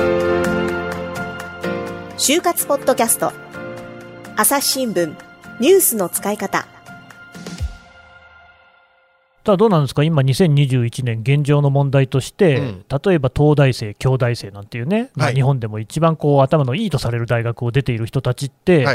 就活ポッドキャスト、朝日新聞ニュースの使い方。 ただどうなんですか、今2021年現状の問題として、例えば東大生、京大生なんていうね、日本でも一番こう頭のいいとされる大学を出ている人たちって、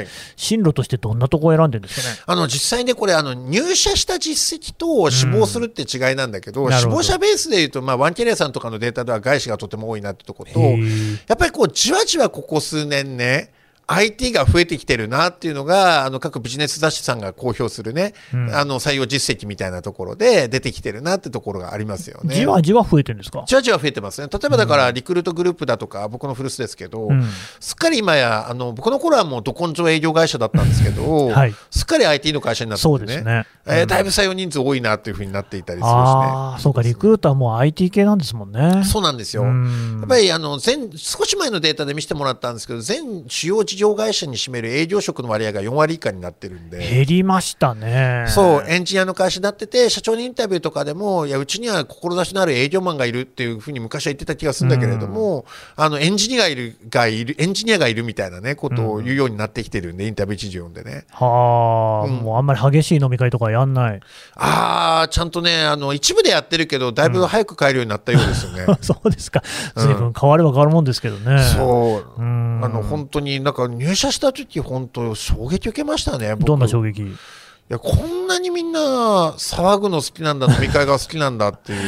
進路としてどんなところを選んでるんですかね。 実際ね、これ入社した実績と志望するって違いなんだけど、志望者ベースでいうと、ワンキャリアさんとかのデータでは外資がとても多いなってところと、やっぱりこうじわじわここ数年ね、IT が増えてきてるなっていうのが各ビジネス雑誌さんが公表するね、採用実績みたいなところで出てきてるなってところがありますよね。 じわじわ増えてるんですか。 じわじわ増えてますね。例えばだからリクルートグループだとか、僕の古巣ですけど、すっかり今や僕の頃はもうど根性営業会社だったんですけど、すっかり IT の会社になっててね、 そうですね、 だいぶ採用人数多いなっていうふうになっていたりするしね。 そうか、リクルートはもう IT 系なんですもんね。 そうなんですよ。やっぱり少し前のデータで見せてもらったんですけど、全主要事業会社に占める営業職の割合が4割以下になってるんで、 減りましたね。 そう、エンジニアの会社になってて、社長にインタビューとかでも、いやうちには志のある営業マンがいるっていうふうに昔は言ってた気がするんだけれども、エンジニアがいるみたいなねことを言うようになってきてるんで、インタビュー記事読んでね。 もうあんまり激しい飲み会とかやんない。 ちゃんとね一部でやってるけど、だいぶ早く帰るようになったようですよね。 そうですか。随分変われば変わるもんですけどね。 そう、本当になんか入社した時本当衝撃受けましたね。 どんな衝撃？ いや、こんなにみんな騒ぐの好きなんだ、飲み会が好きなんだっていう。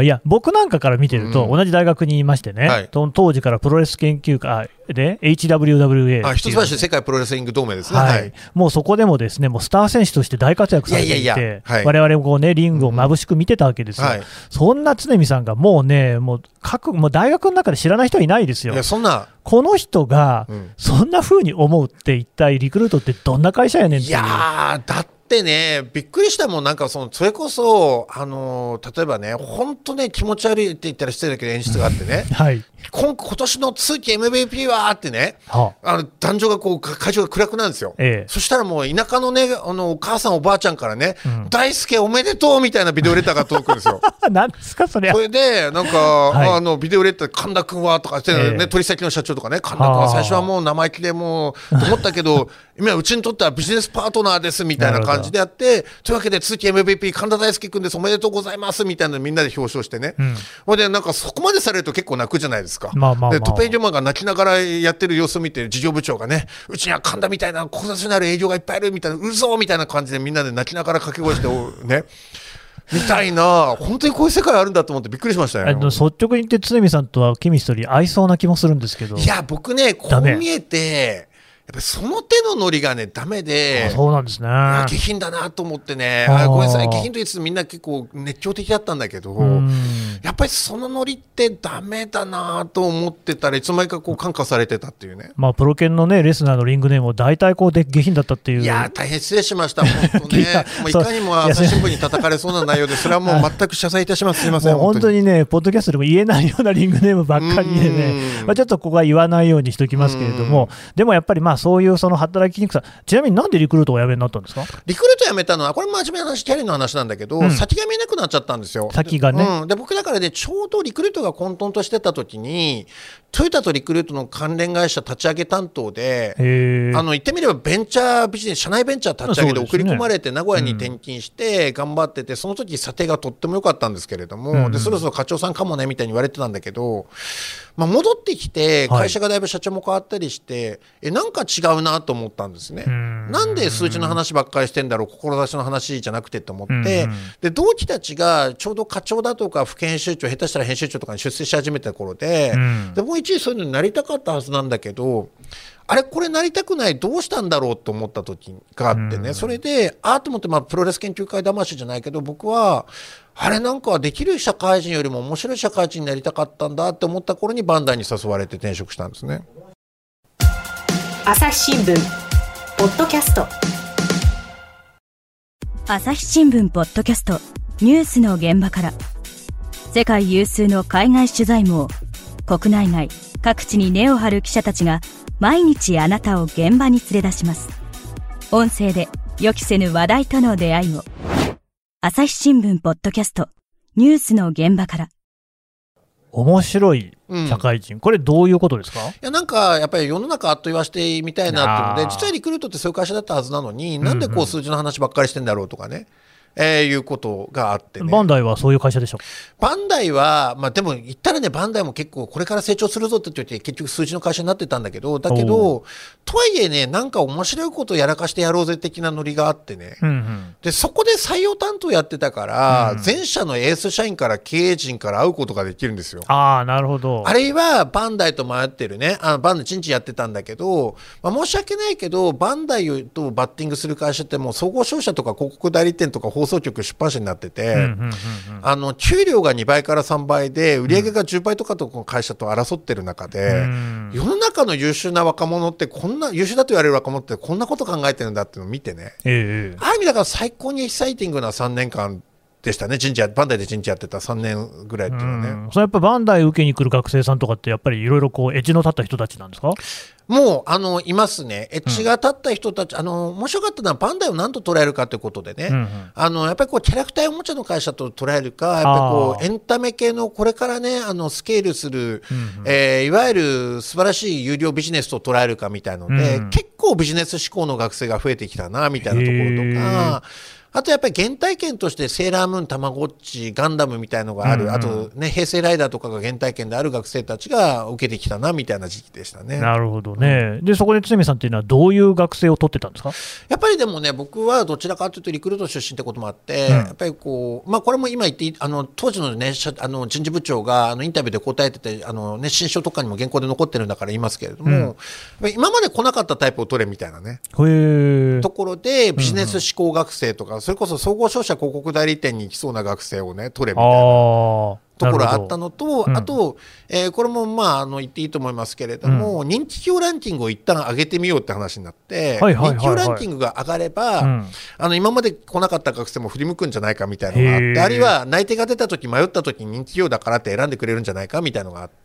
いや、僕なんかから見てると、同じ大学にいましてね、当時からプロレス研究会で HWWA、 一橋世界プロレスリング同盟ですね。 もうそこでもですね、もうスター選手として大活躍されていて、我々もこうね、リングを眩しく見てたわけですよ。そんな常見さんがもうね、もう大学の中で知らない人はいないですよ。 いや、そんなこの人がそんな風に思うって、一体リクルートってどんな会社やねんっていう。 いやだってね、びっくりしたもん。なんかそれこそ例えばね、本当ね、気持ち悪いって言ったら失礼だけど演出があってね、今年の通期 MVP はってね、壇上がこう会場が暗くなるんですよ。そしたらもう田舎のねお母さんおばあちゃんからね、大輔おめでとうみたいなビデオレターが届くんですよ。 何ですかそれ。 それでなんか、ビデオレター神田君はとかね、取引の社長とかね、神田君は最初はもう生意気でもうと思ったけど今うちにとってはビジネスパートナーですみたいな感じであって、というわけで通期 MVP 神田大輔君です、おめでとうございますみたいなみんなで表彰してね。ほいでなんかそこまでされると結構泣くじゃないですか。でトップ営業マンが泣きながらやってる様子を見て、事業部長がね、うちには神田みたいな志のある営業がいっぱいいるみたいな、うぞみたいな感じでみんなで泣きながら掛け声してねみたいな、本当にこういう世界あるんだと思ってびっくりしましたよ。 率直に言って常見さんとはケミストリー合いそうな気もするんですけど。 いや僕ね、こう見えてやっぱりその手のノリがねダメで、 そうなんですね。 下品だなと思ってね。ごめんなさい、下品と言いつつみんな結構熱狂的だったんだけど、やっぱりそのノリってダメだなと思ってたらいつの間にかこう感化されてたっていうね。 プロ研のねレスナーのリングネームも大体こうで下品だったっていう。 いや大変失礼しました本当ね。もういかにも朝日新聞に叩かれそうな内容で、それはもう全く謝罪いたします。すいません。 本当にね、ポッドキャストでも言えないようなリングネームばっかりでね、ちょっとここは言わないようにしておきますけれども、でもやっぱりそういうその働きにくさ。ちなみになんでリクルートをお辞めになったんですか。 リクルート辞めたのはこれ真面目な話、キャリアの話なんだけど、先が見えなくなっちゃったんですよ。 先がね。 で僕だからね、ちょうどリクルートが混沌としてた時にトヨタとリクルートの関連会社立ち上げ担当で、言ってみればベンチャービジネス、社内ベンチャー立ち上げで送り込まれて名古屋に転勤して頑張ってて、その時査定がとっても良かったんですけれども、でそろそろ課長さんかもねみたいに言われてたんだけど、戻ってきて会社がだいぶ社長も変わったりして、なんか違うなと思ったんですね。なんで数字の話ばっかりしてんだろう、志の話じゃなくてと思って、で同期たちがちょうど課長だとか副編集長、下手したら編集長とかに出世し始めた頃で、でもう一時そういうのになりたかったはずなんだけど、あれこれなりたくない、どうしたんだろうと思った時があってね、それでと思って、プロレス研究会魂じゃないけど、僕はあれなんかできる社会人よりも面白い社会人になりたかったんだって思った頃にバンダイに誘われて転職したんですね。 朝日新聞ポッドキャスト、 朝日新聞ポッドキャスト、ニュースの現場から、世界有数の海外取材網、国内外各地に根を張る記者たちが毎日あなたを現場に連れ出します。音声で予期せぬ話題との出会いを。朝日新聞ポッドキャスト、ニュースの現場から。 面白い社会人、これどういうことですか？ いやなんかやっぱり世の中あっと言わしてみたいなっていうので、実はリクルートってそういう会社だったはずなのに、なんでこう数字の話ばっかりしてんだろうとかね、いうことがあってね。 バンダイはそういう会社でしょ？ バンダイは、でも言ったらね、バンダイも結構これから成長するぞって言って結局数字の会社になってたんだけど、とはいえね、なんか面白いことをやらかしてやろうぜ的なノリがあってね、でそこで採用担当やってたから、全社のエース社員から経営陣から会うことができるんですよ。 あなるほど。 あるいはバンダイと迷ってるね、バンダイちんちんやってたんだけど、申し訳ないけどバンダイとバッティングする会社ってもう総合商社とか広告代理店とか放送局出版社になってて、給料が2倍から3倍で売上が10倍とかとこの会社と争ってる中で、世の中の優秀な若者ってこんな優秀だと言われる若者ってこんなこと考えてるんだっていうのを見てね、ある意味だから最高にエキサイティングな3年間でしたね。バンダイで人事やってた3年ぐらいっていうのはね。 それやっぱバンダイ受けに来る学生さんとかってやっぱりいろいろこうエッジの立った人たちなんですか？ もういますね。エッジが立った人たち、面白かったのはバンダイを何と捉えるかということでね、やっぱりこうキャラクターおもちゃの会社と捉えるか、やっぱりこうエンタメ系のこれからねスケールする、いわゆる素晴らしい有料ビジネスと捉えるかみたいなので、結構ビジネス志向の学生が増えてきたなみたいなところとか。あとやっぱり原体験としてセーラームーン、たまごっち、ガンダムみたいのがある、あとね平成ライダーとかが原体験である学生たちが受けてきたなみたいな時期でしたね。 なるほどね。でそこで堤さんっていうのはどういう学生を取ってたんですか？ やっぱりでもね、僕はどちらかというとリクルート出身ってこともあって、やっぱりこうこれも今言って当時のね人事部長がインタビューで答えてて新書とかにも原稿で残ってるんだから言いますけれども、今まで来なかったタイプを取れみたいなねところでビジネス志向学生とか、それこそ総合商社広告代理店に行きそうな学生をね取れみたいなところあったのと、あと、これも言っていいと思いますけれども、人気企業ランキングを一旦上げてみようって話になって、人気企業ランキングが上がれば、今まで来なかった学生も振り向くんじゃないかみたいなのがあって、あるいは内定が出た時迷った時に人気企業だからって選んでくれるんじゃないかみたいなのがあって、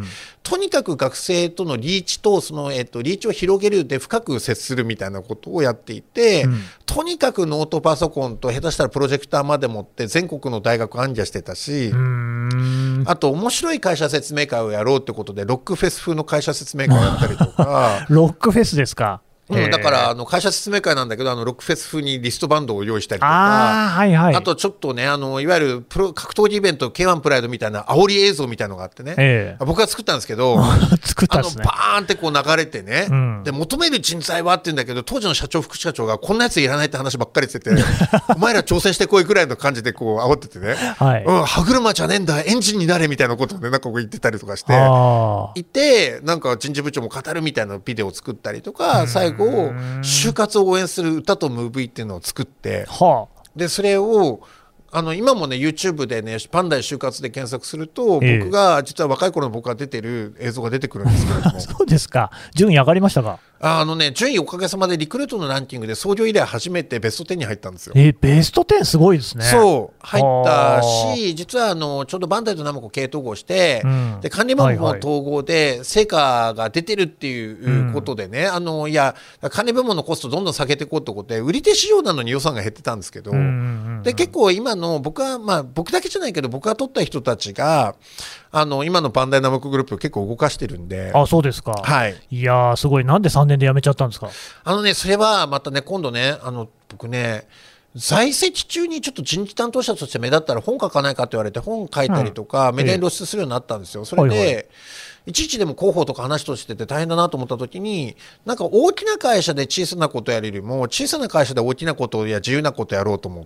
とにかく学生とのリーチとその、リーチを広げるで深く接するみたいなことをやっていて、とにかくノートパソコンと下手したらプロジェクターまで持って全国の大学行脚してたし、あと面白い会社説明会をやろうってことでロックフェス風の会社説明会をやったりとかロックフェスですか？ だから会社説明会なんだけどロックフェス風にリストバンドを用意したりとか、あとちょっとねいわゆる格闘技イベント K1 プライドみたいな煽り映像みたいなのがあってね、僕が作ったんですけど作ったんですね。 バーンってこう流れてね、で求める人材はって言うんだけど、当時の社長副社長がこんなやついらないって話ばっかりしててお前ら挑戦してこいくらいの感じでこう煽っててね、歯車じゃねえんだエンジンになれみたいなことをねなんかこう言ってたりとかしていて、なんか人事部長も語るみたいなビデオを作ったりとか、最後就活を応援する歌とムービーっていうのを作って、でそれを今もね YouTube でねバンダイ就活で検索すると、僕が実は若い頃の僕が出てる映像が出てくるんですけれどもそうですか。順位上がりましたか？ 順位おかげさまでリクルートのランキングで創業以来初めてベスト10に入ったんですよ。 ベスト10すごいですね。 そう入ったし、実はちょうどバンダイとナムコ系統合して、で管理部門も統合で成果が出てるっていうことでね、いや管理部門のコストどんどん下げていこうってことで売り手市場なのに予算が減ってたんですけど、で結構今の僕だけじゃないけど僕が取った人たちが今のバンダイナムコグループ結構動かしてるんで。 そうですか。いやーすごい。なんで3年で辞めちゃったんですか？ それはまたね今度ね僕ね在籍中にちょっと人事担当者として目立ったら本書かないかって言われて本書いたりとか、メディアに露出するようになったんですよ。それで、いちいちでも広報とか話としてて大変だなと思った時に、なんか大きな会社で小さなことやるよりも小さな会社で大きなことや自由なことやろうと思って、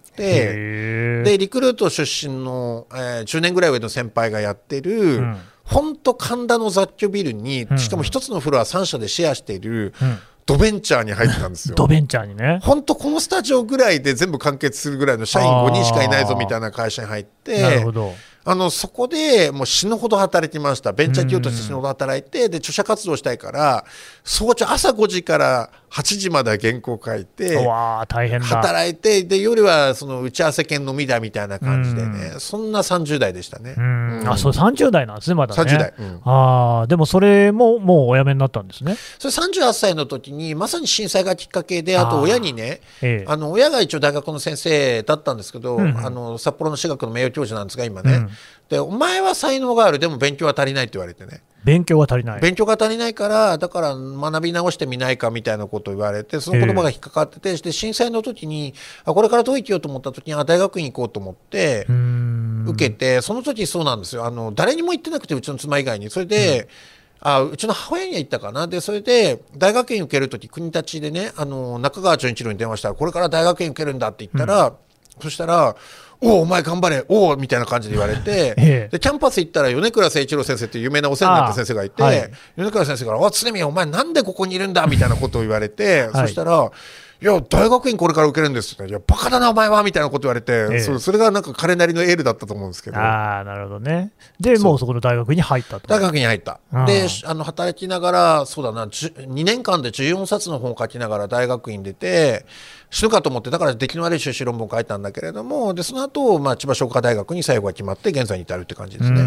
でリクルート出身の、10年ぐらい上の先輩がやってる、本当神田の雑居ビルに、しかも一つのフロア3社でシェアしている、ドベンチャーに入ったんですよ。 ドベンチャーにね。 本当このスタジオぐらいで全部完結するぐらいの社員5人しかいないぞみたいな会社に入って、 なるほど。 そこでもう死ぬほど働きました。ベンチャー企業として死ぬほど働いて、で著者活動したいから早朝朝5時から8時までは原稿書いて、 大変だ。 働いて、で夜はその打ち合わせ兼飲みだみたいな感じでね、そんな30代でしたね。 そう30代なんですねまだね。 30代。 でもそれももうお辞めになったんですね。 それ38歳の時にまさに震災がきっかけで、あと親にね、親が一応大学の先生だったんですけど、札幌の私学の名誉教授なんですが今ね、 でお前は才能がある、でも勉強は足りないって言われてね。 勉強が足りない。 勉強が足りないから、だから学び直してみないかみたいなことを言われて、その言葉が引っかかってて、で震災の時にこれからどう生きようと思った時に大学院行こうと思って受けて、その時そうなんですよ、誰にも言ってなくて、うちの妻以外に。それで、うちの母親には言ったかな。でそれで大学院受ける時、国立でね、中川純一郎に電話したら、これから大学院受けるんだって言ったら、そしたらお前頑張れみたいな感じで言われて、でキャンパス行ったら米倉誠一郎先生っていう有名なお世話になった先生がいて、米倉先生から常宮お前なんでここにいるんだみたいなことを言われて、そしたらいや大学院これから受けるんですって、いやバカだなお前はみたいなこと言われて、それがなんか彼なりのエールだったと思うんですけど。 なるほどね。でもうそこの大学に入ったと。 大学に入った。で働きながら、そうだな、2年間で14冊の本を書きながら大学院出て、死ぬかと思って、だから出来の悪い修士論文を書いたんだけれども、でその後、千葉商科大学に最後は決まって現在に至るって感じですね。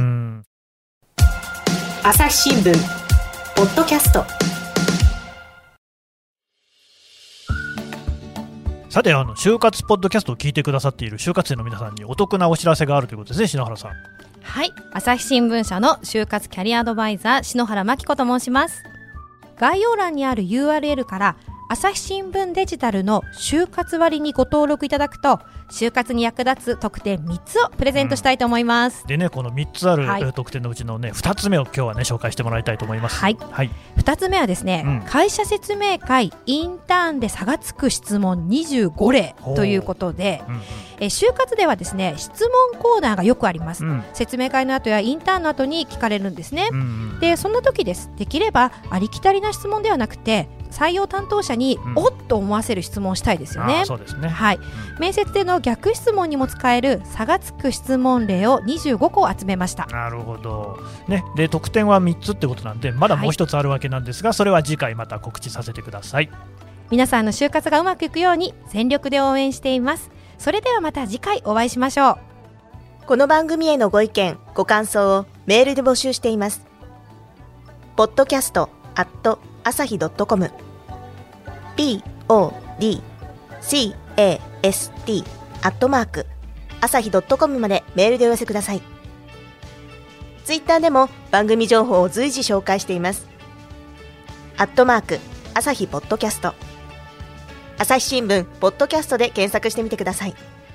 朝日新聞ポッドキャスト。 さて就活ポッドキャストを聞いてくださっている就活生の皆さんにお得なお知らせがあるということですね。篠原さん。 はい、朝日新聞社の就活キャリアアドバイザー篠原真希子と申します。概要欄にある URL から朝日新聞デジタルの就活割にご登録いただくと、就活に役立つ特典3つをプレゼントしたいと思います。 でね、この3つある特典のうちのね、2つ目を今日はね紹介してもらいたいと思います。 2つ目はですね、会社説明会インターンで差がつく質問25例ということで、就活ではですね、質問コーナーがよくあります。説明会の後やインターンの後に聞かれるんですね。でそんな時です。できればありきたりな質問ではなくて、採用担当者におっと思わせる質問をしたいですよね。 そうですね。 面接での逆質問にも使える差がつく質問例を25個集めました。 なるほど、ね、で特典は3つってことなんで、まだもう1つあるわけなんですが、それは次回また告知させてください。 皆さんの就活がうまくいくように全力で応援しています。それではまた次回お会いしましょう。 この番組へのご意見ご感想をメールで募集しています。podcast@asahi.com podcast@asahi.com までメールでお寄せください。ツイッターでも番組情報を随時紹介しています。@朝日ポッドキャスト、朝日新聞ポッドキャストで検索してみてください。